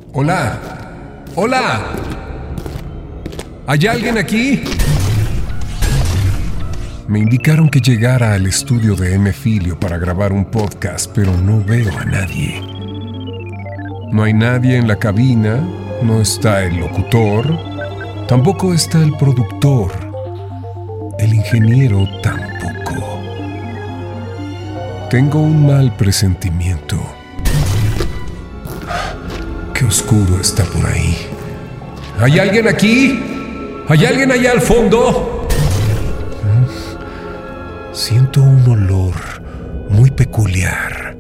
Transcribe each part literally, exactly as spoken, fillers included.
Hola. Hola. ¿Hay alguien aquí? Me indicaron que llegara al estudio de M. Filio para grabar un podcast, pero no veo a nadie. No hay nadie en la cabina, no está el locutor, tampoco está el productor, el ingeniero tampoco. Tengo un mal presentimiento. Qué oscuro está por ahí. ¿Hay alguien aquí? ¿Hay alguien allá al fondo? Siento un olor muy peculiar.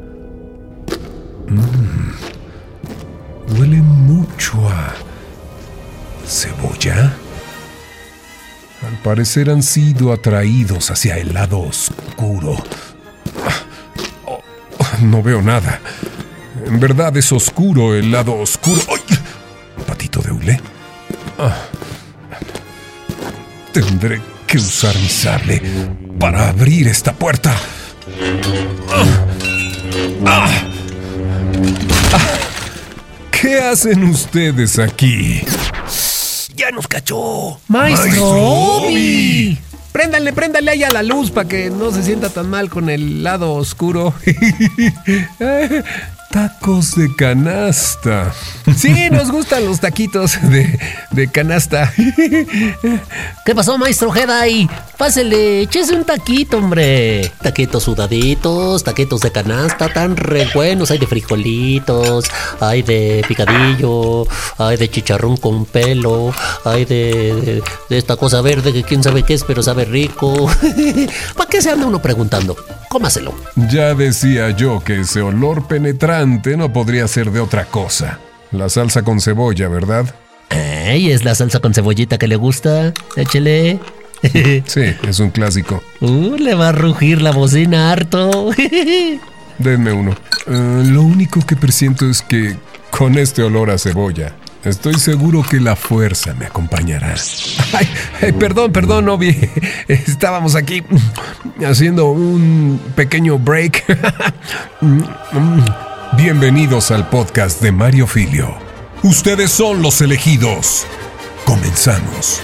Mm. Huele mucho a cebolla. Al parecer han sido atraídos hacia el lado oscuro. Oh, no veo nada. En verdad es oscuro el lado oscuro. ¡Ay! ¿Un patito de hule? Ah. Tendré que usar mi sable para abrir esta puerta. ¡Ah! ¡Ah! ¡Ah! ¿Qué hacen ustedes aquí? ¡Ya nos cachó! ¡Maestro Obi! Préndale, préndale ahí a la luz para que no se sienta tan mal con el lado oscuro. Tacos de canasta. Sí, nos gustan los taquitos de, de canasta. ¿Qué pasó, maestro Jedi? Pásele, échese un taquito, hombre. Taquitos sudaditos, taquitos de canasta, tan re buenos. Hay de frijolitos, hay de picadillo, hay de chicharrón con pelo, hay de, de, de esta cosa verde que quién sabe qué es, pero sabe rico. ¿Para qué se anda uno preguntando? Cómaselo. Ya decía yo que ese olor penetrante no podría ser de otra cosa. La salsa con cebolla, ¿verdad? Ay, ¿es la salsa con cebollita que le gusta? Échele. Sí, es un clásico. Uh, le va a rugir la bocina harto. Denme uno. Uh, lo único que presiento es que con este olor a cebolla, estoy seguro que la fuerza me acompañará. Ay, ay, perdón, perdón, Obi. Estábamos aquí haciendo un pequeño break. Bienvenidos al podcast de Mario Filio. Ustedes son los elegidos. Comenzamos.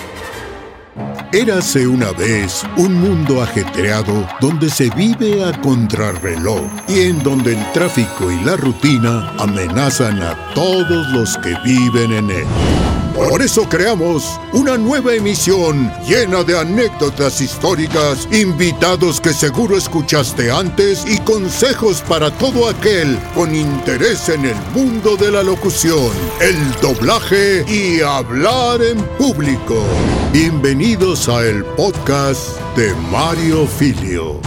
Érase una vez un mundo ajetreado donde se vive a contrarreloj y en donde el tráfico y la rutina amenazan a todos los que viven en él. Por eso creamos una nueva emisión llena de anécdotas históricas, invitados que seguro escuchaste antes y consejos para todo aquel con interés en el mundo de la locución, el doblaje y hablar en público. Bienvenidos a el podcast de Mario Filio.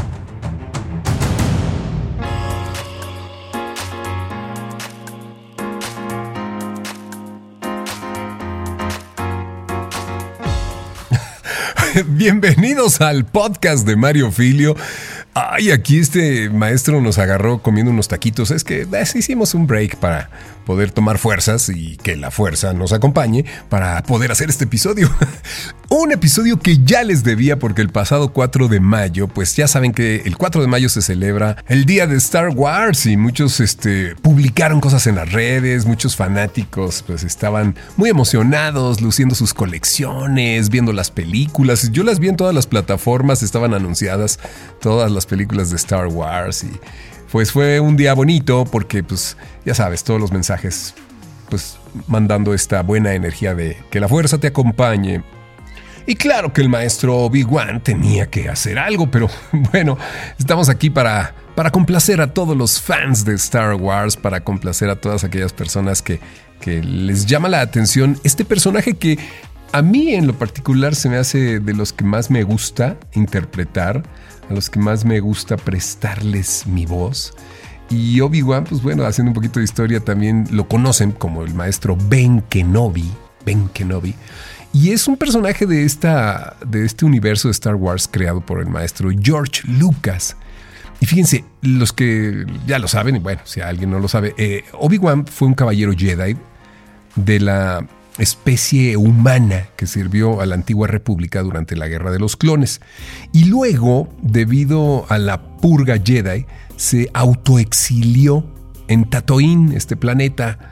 Bienvenidos al podcast de Mario Filio. Ay, aquí este maestro nos agarró comiendo unos taquitos. Es que eh, hicimos un break para poder tomar fuerzas y que la fuerza nos acompañe para poder hacer este episodio. Un episodio que ya les debía porque el pasado cuatro de mayo, pues ya saben que el cuatro de mayo se celebra el día de Star Wars y muchos este, publicaron cosas en las redes, muchos fanáticos pues estaban muy emocionados, luciendo sus colecciones, viendo las películas. Yo las vi en todas las plataformas, estaban anunciadas todas las películas de Star Wars y pues fue un día bonito porque pues ya sabes, todos los mensajes pues mandando esta buena energía de que la fuerza te acompañe. Y claro que el maestro Obi-Wan tenía que hacer algo, pero bueno, estamos aquí para, para complacer a todos los fans de Star Wars, para complacer a todas aquellas personas que, que les llama la atención este personaje que a mí en lo particular se me hace de los que más me gusta interpretar, a los que más me gusta prestarles mi voz. Y Obi-Wan, pues bueno, haciendo un poquito de historia, también lo conocen como el maestro Ben Kenobi. Ben Kenobi. Y es un personaje de, esta, de este universo de Star Wars creado por el maestro George Lucas. Y fíjense, los que ya lo saben, y bueno, si alguien no lo sabe, eh, Obi-Wan fue un caballero Jedi de la especie humana que sirvió a la antigua república durante la Guerra de los Clones. Y luego, debido a la purga Jedi, se autoexilió en Tatooine, este planeta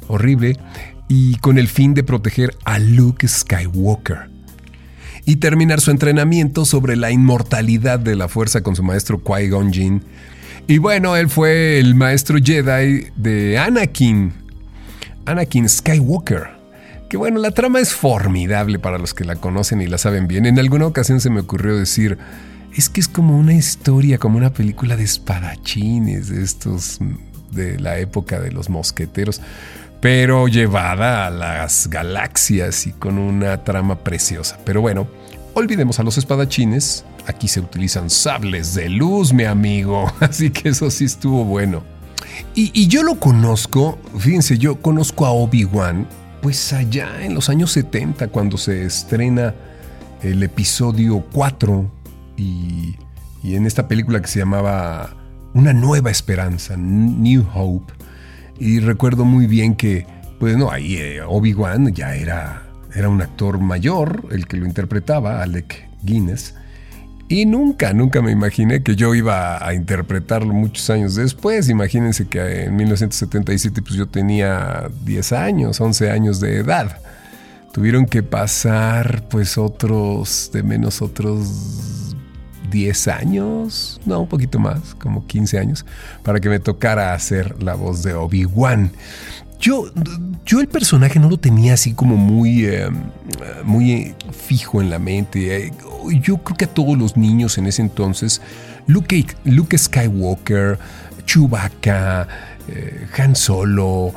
horrible, y con el fin de proteger a Luke Skywalker y terminar su entrenamiento sobre la inmortalidad de la fuerza con su maestro Qui-Gon Jinn. Y bueno, él fue el maestro Jedi de Anakin, Anakin Skywalker. Que bueno, la trama es formidable para los que la conocen y la saben bien. En alguna ocasión se me ocurrió decir, es que es como una historia, como una película de espadachines, de estos, de la época de los mosqueteros, pero llevada a las galaxias y con una trama preciosa. Pero bueno, olvidemos a los espadachines. Aquí se utilizan sables de luz, mi amigo. Así que eso sí estuvo bueno. Y, y yo lo conozco, fíjense, yo conozco a Obi-Wan, pues allá en los años setenta, cuando se estrena el episodio cuatro y, y en esta película que se llamaba Una Nueva Esperanza, New Hope. Y recuerdo muy bien que, pues no, ahí eh, Obi-Wan ya era, era un actor mayor, el que lo interpretaba, Alec Guinness. Y nunca, nunca me imaginé que yo iba a interpretarlo muchos años después. Imagínense que en mil novecientos setenta y siete pues yo tenía diez años, once años de edad. Tuvieron que pasar pues otros, de menos otros diez años, no, un poquito más, como quince años, para que me tocara hacer la voz de Obi-Wan. Yo, yo el personaje no lo tenía así como muy, eh, muy fijo en la mente. Yo creo que a todos los niños en ese entonces, Luke, Luke Skywalker, Chewbacca, eh, Han Solo,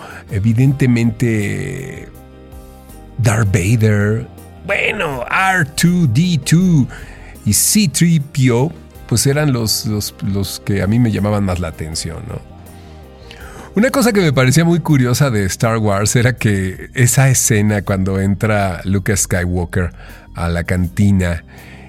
evidentemente Darth Vader, bueno, R dos D dos y C tres P O, pues eran los, los, los que a mí me llamaban más la atención, ¿no? Una cosa que me parecía muy curiosa de Star Wars era que esa escena cuando entra Luke Skywalker a la cantina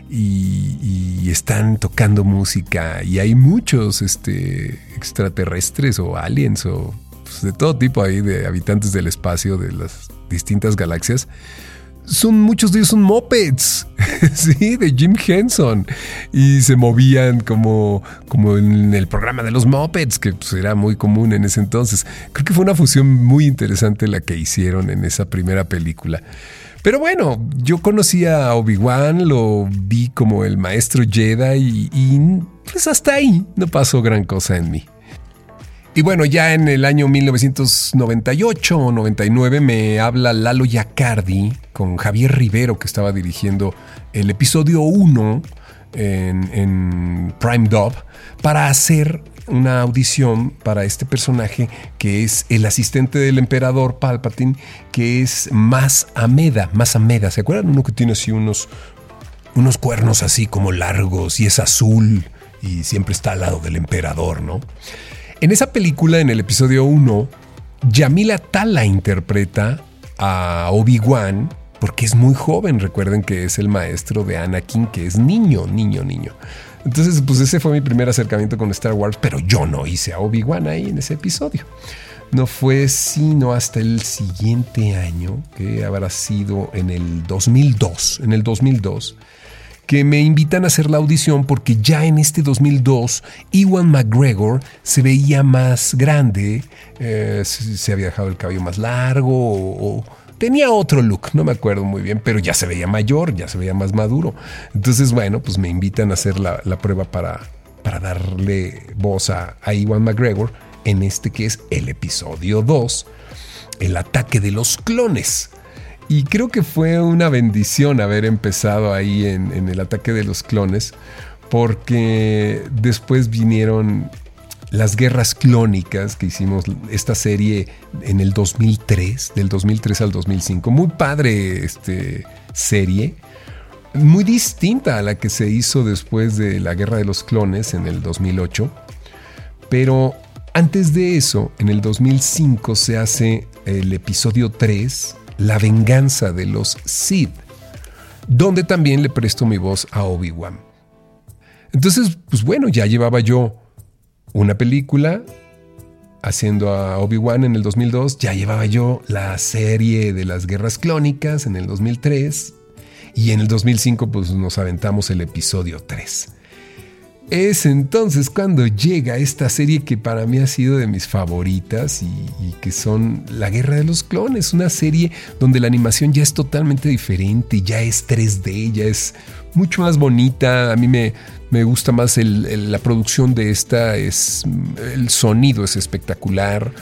y, y están tocando música y hay muchos este, extraterrestres o aliens o pues, de todo tipo ahí de habitantes del espacio de las distintas galaxias. Son, muchos de ellos son mopeds, sí, de Jim Henson, y se movían como, como en el programa de los mopeds, que pues, era muy común en ese entonces. Creo que fue una fusión muy interesante la que hicieron en esa primera película. Pero bueno, yo conocí a Obi-Wan, lo vi como el maestro Jedi y, y pues hasta ahí no pasó gran cosa en mí. Y bueno, ya en el año mil novecientos noventa y ocho o noventa y nueve me habla Lalo Yacardi con Javier Rivero, que estaba dirigiendo el episodio uno en, en Prime Dub, para hacer una audición para este personaje que es el asistente del emperador Palpatine, que es Maz Ameda. Maz Ameda, ¿se acuerdan? Uno que tiene así unos, unos cuernos así como largos y es azul y siempre está al lado del emperador, ¿no? En esa película, en el episodio uno, Yamila Tala interpreta a Obi-Wan porque es muy joven. Recuerden que es el maestro de Anakin, que es niño, niño, niño. Entonces, pues ese fue mi primer acercamiento con Star Wars, pero yo no hice a Obi-Wan ahí en ese episodio. No fue sino hasta el siguiente año, que habrá sido en el dos mil dos, en el dos mil dos, que me invitan a hacer la audición porque ya en este dos mil dos Ewan McGregor se veía más grande, eh, se, se había dejado el cabello más largo o, o tenía otro look, no me acuerdo muy bien, pero ya se veía mayor, ya se veía más maduro. Entonces, bueno, pues me invitan a hacer la, la prueba para, para darle voz a, a Ewan McGregor en este que es el episodio dos, el ataque de los clones. Y creo que fue una bendición haber empezado ahí en, en el ataque de los clones, porque después vinieron las guerras clónicas, que hicimos esta serie en el dos mil tres, del dos mil tres al dos mil cinco. Muy padre este serie, muy distinta a la que se hizo después de la guerra de los clones en el dos mil ocho. Pero antes de eso, en el dos mil cinco se hace el episodio tres, La venganza de los Sith, donde también le presto mi voz a Obi-Wan. Entonces, pues bueno, ya llevaba yo una película haciendo a Obi-Wan en el dos mil dos, ya llevaba yo la serie de las guerras clónicas en el dos mil tres y en el dos mil cinco pues nos aventamos el episodio tres. es entonces cuando llega esta serie que para mí ha sido de mis favoritas y, y que son La Guerra de los Clones, una serie donde la animación ya es totalmente diferente, ya es tres D, ya es mucho más bonita. A mí me, me gusta más el, el, la producción de esta, es, el sonido es espectacular.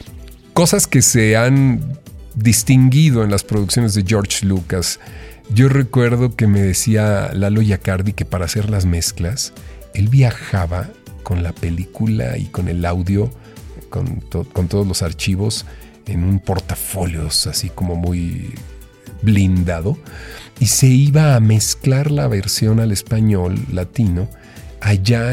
Cosas que se han distinguido en las producciones de George Lucas. Yo recuerdo que me decía Lalo Yacardi que para hacer las mezclas él viajaba con la película y con el audio, con, to- con todos los archivos en un portafolios así como muy blindado, y se iba a mezclar la versión al español latino allá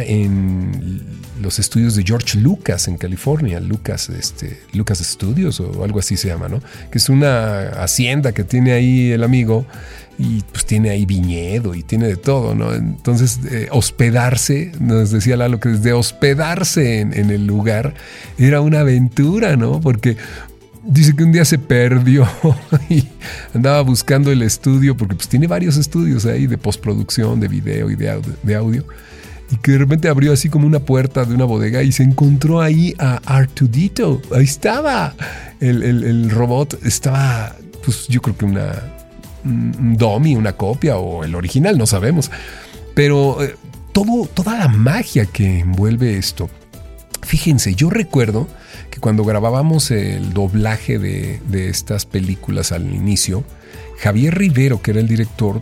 en los estudios de George Lucas en California, Lucas, este, Lucas Studios o algo así se llama, ¿no? Que es una hacienda que tiene ahí el amigo y pues tiene ahí viñedo y tiene de todo, ¿no? Entonces eh, hospedarse, nos decía Lalo que desde hospedarse en, en el lugar era una aventura, ¿no? Porque dice que un día se perdió y andaba buscando el estudio, porque pues tiene varios estudios ahí de postproducción, de video y de audio, de audio, y que de repente abrió así como una puerta de una bodega y se encontró ahí a R dos D dos. Ahí estaba el, el, el robot, estaba pues yo creo que una un dummy, una copia o el original, no sabemos, pero eh, todo, toda la magia que envuelve esto. Fíjense, yo recuerdo que cuando grabábamos el doblaje de, de estas películas al inicio, Javier Rivero, que era el director,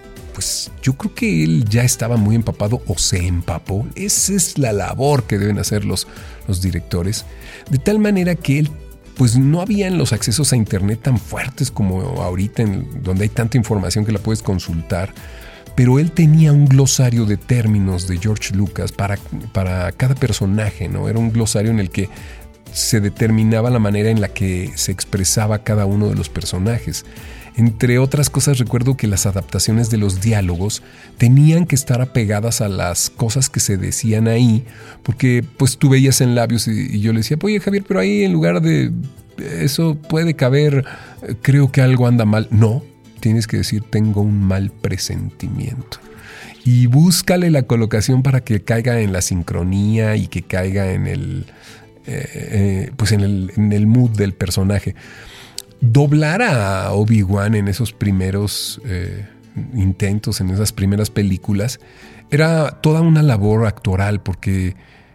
pues yo creo que él ya estaba muy empapado o se empapó. Esa es la labor que deben hacer los, los directores, de tal manera que él pues no habían los accesos a internet tan fuertes como ahorita, en donde hay tanta información que la puedes consultar, pero él tenía un glosario de términos de George Lucas para, para cada personaje, ¿no? Era un glosario en el que se determinaba la manera en la que se expresaba cada uno de los personajes. Entre otras cosas, recuerdo que las adaptaciones de los diálogos tenían que estar apegadas a las cosas que se decían ahí, porque pues tú veías en labios y, y yo le decía, oye Javier, pero ahí en lugar de eso puede caber, creo que algo anda mal. No, tienes que decir, tengo un mal presentimiento. Y búscale la colocación para que caiga en la sincronía y que caiga en el, eh, eh, pues en el, en el mood del personaje. Doblar a Obi-Wan en esos primeros eh, intentos, en esas primeras películas, era toda una labor actoral, porque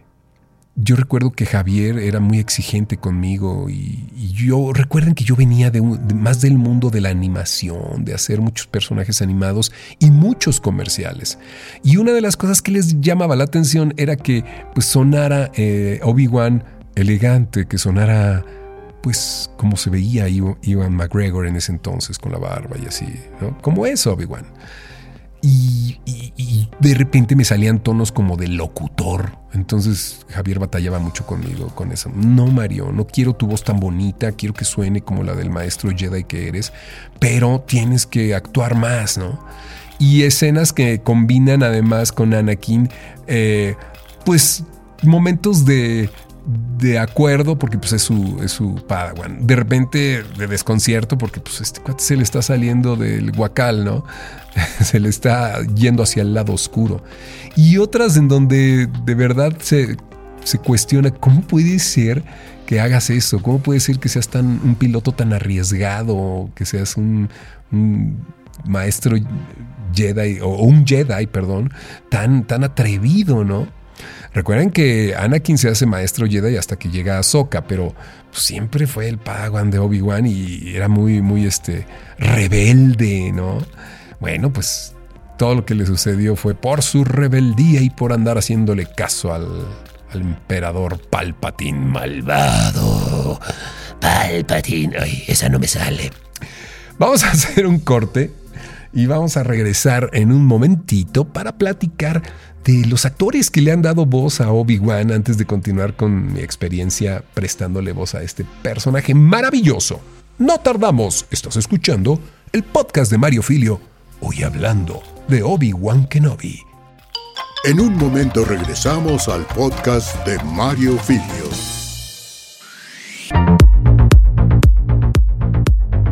yo recuerdo que Javier era muy exigente conmigo y, y yo, recuerden que yo venía de, un, de más del mundo de la animación, de hacer muchos personajes animados y muchos comerciales. Y una de las cosas que les llamaba la atención era que pues sonara eh, Obi-Wan elegante, que sonara pues como se veía Ewan McGregor en ese entonces con la barba y así, ¿no? Como es Obi-Wan. Y, y, y de repente me salían tonos como de locutor. Entonces Javier batallaba mucho conmigo con eso. No, Mario, no quiero tu voz tan bonita, quiero que suene como la del maestro Jedi que eres, pero tienes que actuar más, ¿no? Y escenas que combinan además con Anakin, eh, pues momentos de... de acuerdo, porque pues es su, es su Padawan. De repente de desconcierto, porque pues este cuate se le está saliendo del guacal, ¿no? Se le está yendo hacia el lado oscuro. Y otras en donde de verdad se, se cuestiona cómo puede ser que hagas eso, cómo puede ser que seas tan un piloto tan arriesgado, que seas un, un maestro Jedi o un Jedi, perdón, tan, tan atrevido, ¿no? Recuerden que Anakin se hace maestro Jedi hasta que llega a Ahsoka, pero pues, siempre fue el Padawan de Obi-Wan y era muy, muy este, rebelde, ¿no? Bueno, pues todo lo que le sucedió fue por su rebeldía y por andar haciéndole caso al, al emperador Palpatine malvado. Palpatine, ay, esa no me sale. Vamos a hacer un corte y vamos a regresar en un momentito para platicar de los actores que le han dado voz a Obi-Wan antes de continuar con mi experiencia prestándole voz a este personaje maravilloso. No tardamos, estás escuchando el podcast de Mario Filio, hoy hablando de Obi-Wan Kenobi. En un momento regresamos al podcast de Mario Filio.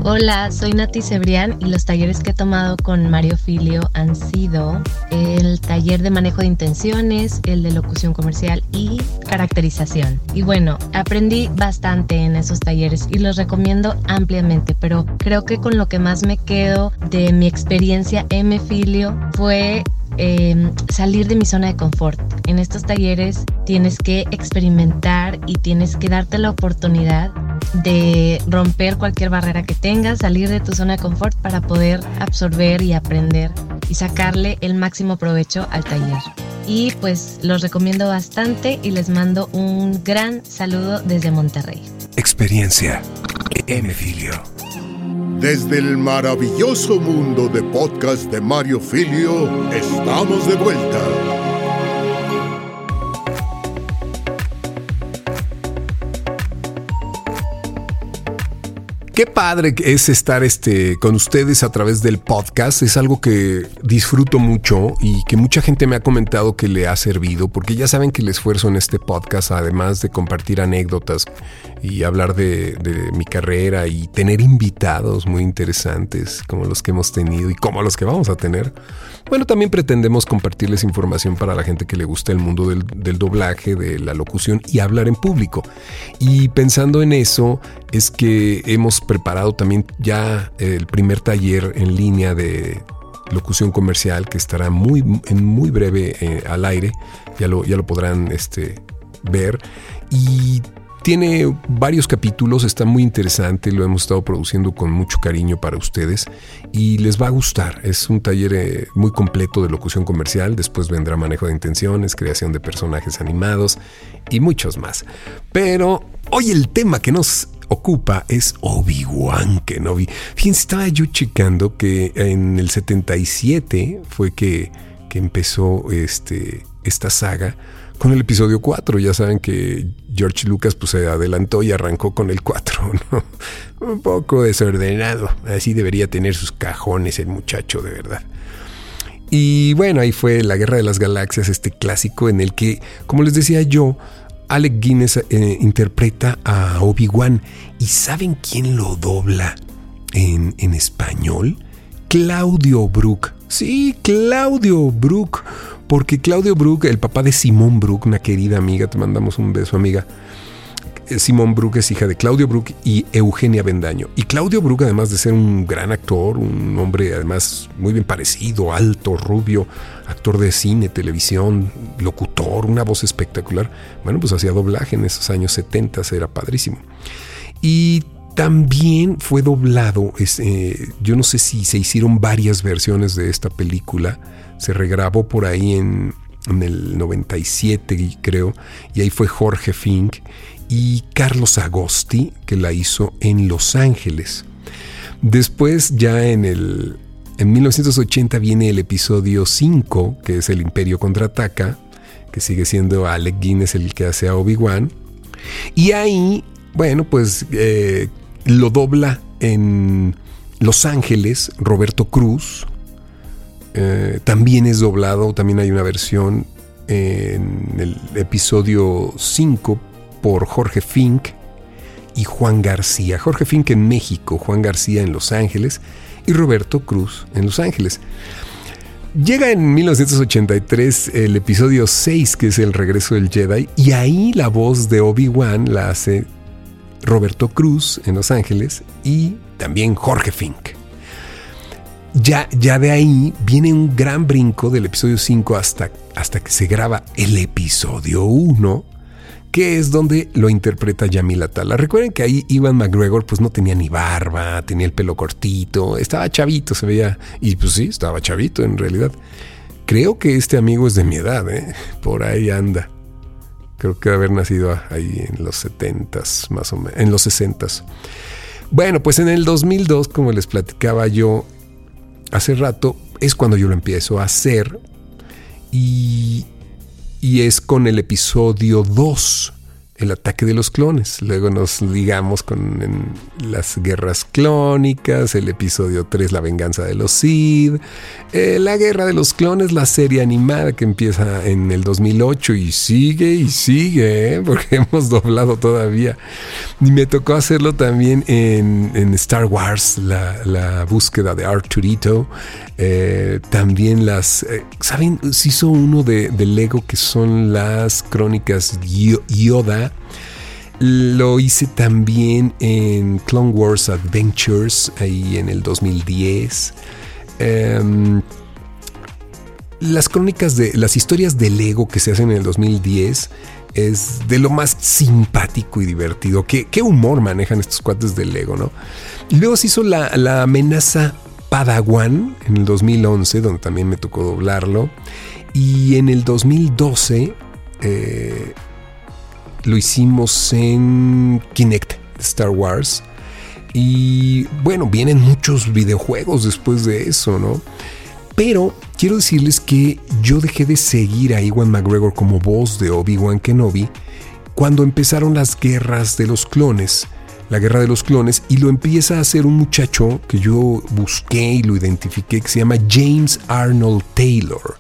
Hola, soy Nati Cebrián y los talleres que he tomado con Mario Filio han sido el taller de manejo de intenciones, el de locución comercial y caracterización. Y bueno, aprendí bastante en esos talleres y los recomiendo ampliamente, pero creo que con lo que más me quedo de mi experiencia en Filio fue Eh, salir de mi zona de confort. En estos talleres tienes que experimentar y tienes que darte la oportunidad de romper cualquier barrera que tengas, salir de tu zona de confort para poder absorber y aprender y sacarle el máximo provecho al taller. Y pues los recomiendo bastante y les mando un gran saludo desde Monterrey. Experiencia M. Filio. Desde el maravilloso mundo de podcast de Mario Filio, estamos de vuelta. Qué padre es estar este, con ustedes a través del podcast. Es algo que disfruto mucho y que mucha gente me ha comentado que le ha servido, porque ya saben que el esfuerzo en este podcast, además de compartir anécdotas y hablar de, de mi carrera y tener invitados muy interesantes como los que hemos tenido y como los que vamos a tener, bueno, también pretendemos compartirles información para la gente que le gusta el mundo del, del doblaje, de la locución y hablar en público. Y pensando en eso, es que hemos preparado también ya el primer taller en línea de locución comercial que estará muy, en muy breve eh, al aire. Ya lo, ya lo podrán este, ver. Y tiene varios capítulos, está muy interesante, lo hemos estado produciendo con mucho cariño para ustedes y les va a gustar. Es un taller eh, muy completo de locución comercial, después vendrá manejo de intenciones, creación de personajes animados y muchos más. Pero hoy el tema que nos ocupa es Obi-Wan Kenobi. Fíjense, estaba yo checando que en el setenta y siete fue que, que empezó este, esta saga con el episodio cuatro. Ya saben que George Lucas pues se adelantó y arrancó con el cuatro, ¿no? Un poco desordenado. Así debería tener sus cajones el muchacho, de verdad. Y bueno, ahí fue La Guerra de las Galaxias, este clásico en el que, como les decía yo, Alec Guinness eh, interpreta a Obi-Wan. ¿Y saben quién lo dobla en, en español? Claudio Brook. Sí, Claudio Brook. Porque Claudio Brook, el papá de Simone Brook, una querida amiga, te mandamos un beso, amiga. Simone Brook es hija de Claudio Brook y Eugenia Bendaño. Y Claudio Brook, además de ser un gran actor, un hombre además muy bien parecido, alto, rubio, actor de cine, televisión, locutor, una voz espectacular, bueno, pues hacía doblaje en esos años setenta, era padrísimo. Y también fue doblado, es, eh, yo no sé si se hicieron varias versiones de esta película, se regrabó por ahí en, en el noventa y siete, creo, y ahí fue Jorge Fink y Carlos Agosti, que la hizo en Los Ángeles. Después, ya en el en mil novecientos ochenta viene el episodio cinco, que es El Imperio Contraataca, que sigue siendo Alec Guinness el que hace a Obi-Wan. Y ahí, bueno, pues eh, lo dobla en Los Ángeles Roberto Cruz. Eh, también es doblado, también hay una versión en el episodio cinco por Jorge Fink y Juan García. Jorge Fink en México, Juan García en Los Ángeles y Roberto Cruz en Los Ángeles. Llega en mil novecientos ochenta y tres el episodio seis, que es El Regreso del Jedi, y ahí la voz de Obi-Wan la hace Roberto Cruz en Los Ángeles y también Jorge Fink. Ya, ya de ahí viene un gran brinco del episodio cinco hasta, hasta que se graba el episodio uno, que es donde lo interpreta Yamil Atala. Recuerden que ahí Ewan McGregor pues no tenía ni barba, tenía el pelo cortito, estaba chavito, se veía, y pues sí, estaba chavito en realidad. Creo que este amigo es de mi edad, ¿eh? Por ahí anda. Creo que debe haber nacido ahí en los setentas, más o menos, en los sesentas. Bueno, pues en el dos mil dos, como les platicaba yo hace rato, es cuando yo lo empiezo a hacer, y, y es con el episodio dos el ataque de los clones. Luego nos ligamos con en, las guerras clónicas, el episodio tres, la venganza de los Sith, eh, la guerra de los clones, la serie animada que empieza en el dos mil ocho y sigue y sigue, ¿eh? Porque hemos doblado todavía. Y me tocó hacerlo también en, en Star Wars, la, la búsqueda de Arturito. Eh, también las... Eh, ¿Saben? Se hizo uno de, de Lego que son las crónicas Yoda. Lo hice también en Clone Wars Adventures, ahí en el dos mil diez. Um, las crónicas de las historias de Lego que se hacen en el dos mil diez es de lo más simpático y divertido. Qué, qué humor manejan estos cuates de Lego, ¿no? Y luego se hizo la, la amenaza Padawan en el dos mil once, donde también me tocó doblarlo. Y en el dos mil doce eh, lo hicimos en Kinect de Star Wars. Y bueno, vienen muchos videojuegos después de eso, ¿no? Pero quiero decirles que yo dejé de seguir a Ewan McGregor como voz de Obi-Wan Kenobi cuando empezaron las guerras de los clones. La guerra de los clones, y lo empieza a hacer un muchacho que yo busqué y lo identifiqué, que se llama James Arnold Taylor.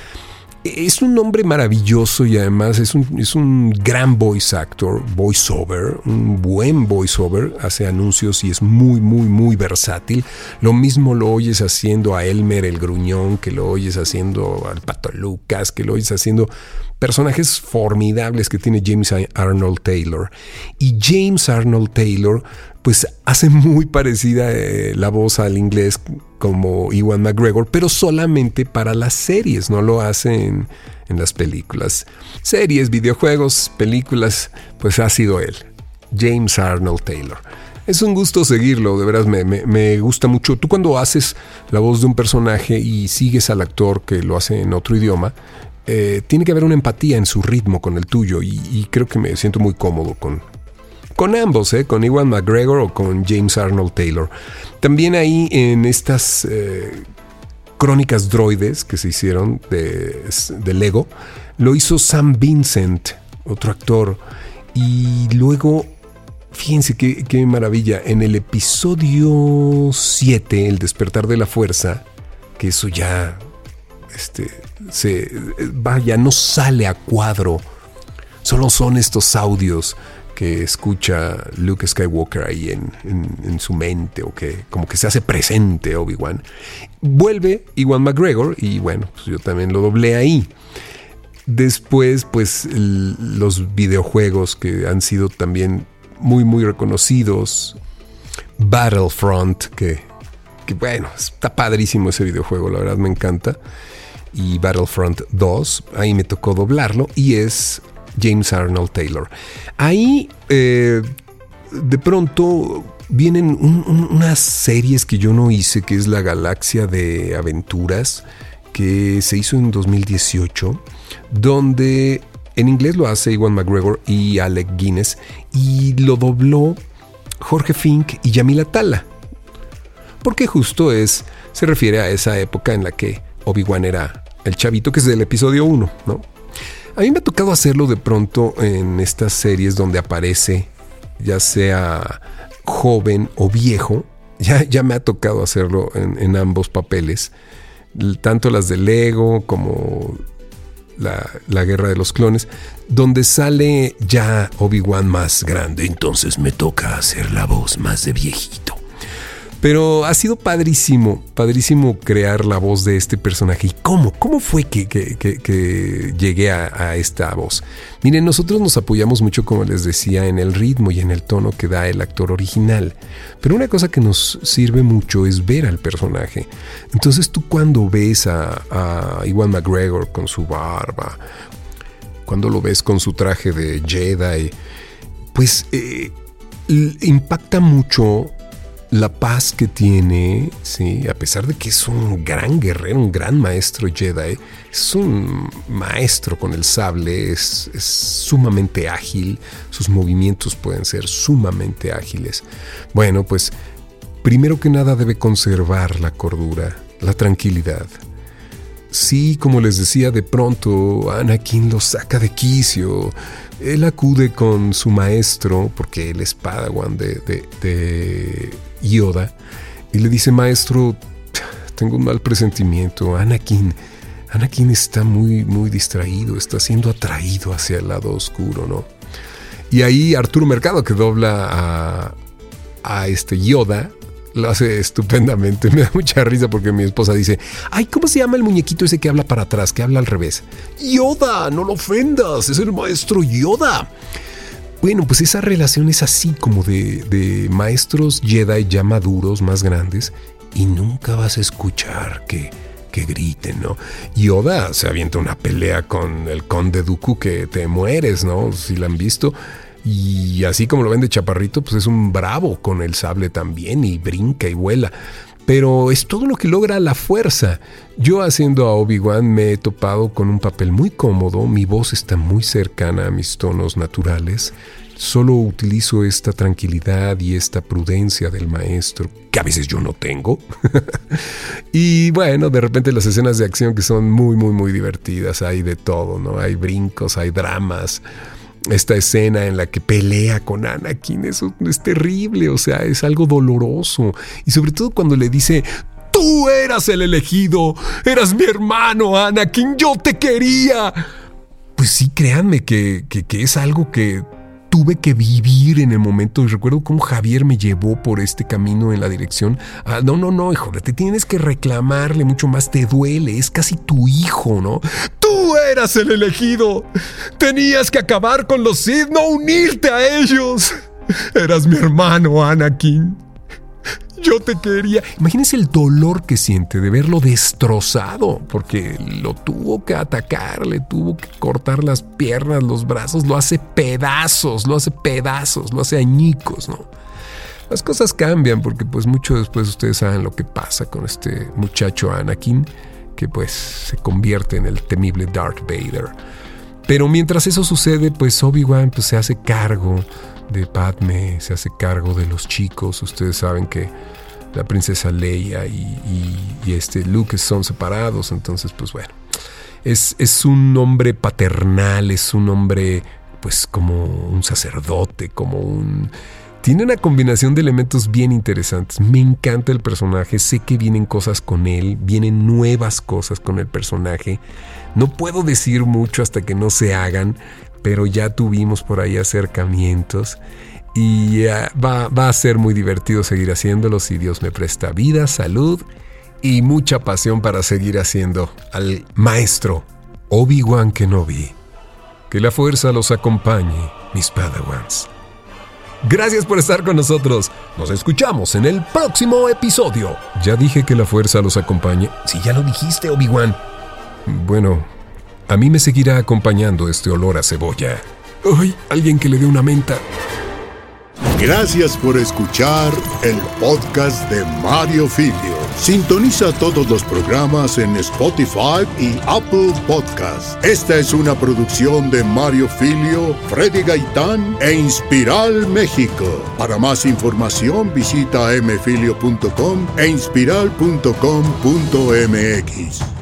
Es un nombre maravilloso y además es un, es un gran voice actor, voiceover, un buen voiceover, hace anuncios y es muy, muy, muy versátil. Lo mismo lo oyes haciendo a Elmer el Gruñón, que lo oyes haciendo al Pato Lucas, que lo oyes haciendo personajes formidables que tiene James Arnold Taylor. Y James Arnold Taylor pues hace muy parecida eh, la voz al inglés como Ewan McGregor, pero solamente para las series, no lo hace en, en las películas. Series, videojuegos, películas, pues ha sido él, James Arnold Taylor. Es un gusto seguirlo, de veras me, me, me gusta mucho. Tú cuando haces la voz de un personaje y sigues al actor que lo hace en otro idioma, eh, tiene que haber una empatía en su ritmo con el tuyo y, y creo que me siento muy cómodo con Con ambos, ¿eh? Con Ewan McGregor o con James Arnold Taylor. También ahí en estas eh, crónicas droides que se hicieron de, de Lego, lo hizo Sam Vincent, otro actor. Y luego, fíjense qué, qué maravilla, en el episodio siete, El despertar de la fuerza, que eso ya, este, se, vaya, no sale a cuadro, solo son estos audios que escucha Luke Skywalker ahí en, en, en su mente, o que como que se hace presente Obi-Wan. Vuelve Ewan McGregor y bueno, pues yo también lo doblé ahí. Después, pues el, los videojuegos que han sido también muy, muy reconocidos. Battlefront, que, que bueno, está padrísimo ese videojuego, la verdad me encanta. Y Battlefront dos, ahí me tocó doblarlo y es James Arnold Taylor. Ahí eh, de pronto vienen un, un, unas series que yo no hice, que es La Galaxia de Aventuras, que se hizo en dos mil dieciocho, donde en inglés lo hace Ewan McGregor y Alec Guinness, y lo dobló Jorge Fink y Yamila Tala, porque justo es, se refiere a esa época en la que Obi-Wan era el chavito, que es del episodio uno, ¿no? A mí me ha tocado hacerlo de pronto en estas series donde aparece, ya sea joven o viejo. Ya, ya me ha tocado hacerlo en, en ambos papeles, tanto las de Lego como la, la Guerra de los Clones, donde sale ya Obi-Wan más grande. Entonces me toca hacer la voz más de viejito. Pero ha sido padrísimo, padrísimo crear la voz de este personaje. ¿Y cómo? ¿Cómo fue que, que, que, que llegué a, a esta voz? Miren, nosotros nos apoyamos mucho, como les decía, en el ritmo y en el tono que da el actor original. Pero una cosa que nos sirve mucho es ver al personaje. Entonces tú cuando ves a, a Ewan McGregor con su barba, cuando lo ves con su traje de Jedi, pues eh, impacta mucho la paz que tiene, sí, a pesar de que es un gran guerrero, un gran maestro Jedi, es un maestro con el sable, es, es sumamente ágil, sus movimientos pueden ser sumamente ágiles. Bueno, pues primero que nada debe conservar la cordura, la tranquilidad. Sí, como les decía, de pronto Anakin lo saca de quicio él acude con su maestro, porque él es Padawan de, de, de Yoda, y le dice: maestro, tengo un mal presentimiento. Anakin, Anakin está muy, muy distraído, está siendo atraído hacia el lado oscuro, ¿no? Y ahí Arturo Mercado, que dobla a, a este Yoda, lo hace estupendamente. Me da mucha risa porque mi esposa dice: ay, ¿cómo se llama el muñequito ese que habla para atrás, que habla al revés? Yoda, no lo ofendas, es el maestro Yoda. Bueno, pues esa relación es así como de, de maestros Jedi ya maduros, más grandes, y nunca vas a escuchar que, que griten, ¿no? Yoda se avienta una pelea con el conde Dooku que te mueres, ¿no? Si la han visto. Y así como lo ven de chaparrito, pues es un bravo con el sable también, y brinca y vuela. Pero es todo lo que logra la fuerza. Yo, haciendo a Obi-Wan, me he topado con un papel muy cómodo. Mi voz está muy cercana a mis tonos naturales. Solo utilizo esta tranquilidad y esta prudencia del maestro, que a veces yo no tengo. Y bueno, de repente las escenas de acción que son muy, muy, muy divertidas. Hay de todo, ¿no? Hay brincos, hay dramas. Esta escena en la que pelea con Anakin, eso es terrible, o sea, es algo doloroso. Y sobre todo cuando le dice: tú eras el elegido, eras mi hermano, Anakin, yo te quería. Pues sí, créanme que, que, que es algo que tuve que vivir en el momento. Y recuerdo cómo Javier me llevó por este camino en la dirección. Ah, no, no, no, hijo, te tienes que reclamarle mucho más, te duele, es casi tu hijo, ¿no? Tú eras el elegido, tenías que acabar con los Sith, no unirte a ellos. Eras mi hermano, Anakin, yo te quería. Imagínense el dolor que siente de verlo destrozado, porque lo tuvo que atacar, le tuvo que cortar las piernas, los brazos, lo hace pedazos, lo hace pedazos, lo hace añicos, ¿no? Las cosas cambian porque pues mucho después ustedes saben lo que pasa con este muchacho Anakin, que pues se convierte en el temible Darth Vader. Pero mientras eso sucede, pues Obi-Wan pues se hace cargo de Padme, se hace cargo de los chicos. Ustedes saben que la princesa Leia y, y, y este Luke son separados, entonces pues bueno, es, es un hombre paternal, es un hombre pues como un sacerdote, como un... Tiene una combinación de elementos bien interesantes. Me encanta el personaje, sé que vienen cosas con él, vienen nuevas cosas con el personaje. No puedo decir mucho hasta que no se hagan, pero ya tuvimos por ahí acercamientos y uh, va, va a ser muy divertido seguir haciéndolo si Dios me presta vida, salud y mucha pasión para seguir haciendo al maestro Obi-Wan Kenobi. Que la fuerza los acompañe, mis Padawans. Gracias por estar con nosotros. Nos escuchamos en el próximo episodio. Ya dije que la fuerza los acompañe. Si ya lo dijiste, Obi-Wan. Bueno, a mí me seguirá acompañando este olor a cebolla. ¡Ay! Alguien que le dé una menta. Gracias por escuchar el podcast de Mario Filio. Sintoniza todos los programas en Spotify y Apple Podcasts. Esta es una producción de Mario Filio, Freddy Gaitán e Inspiral México. Para más información visita m filio punto com e inspiral punto com punto m x.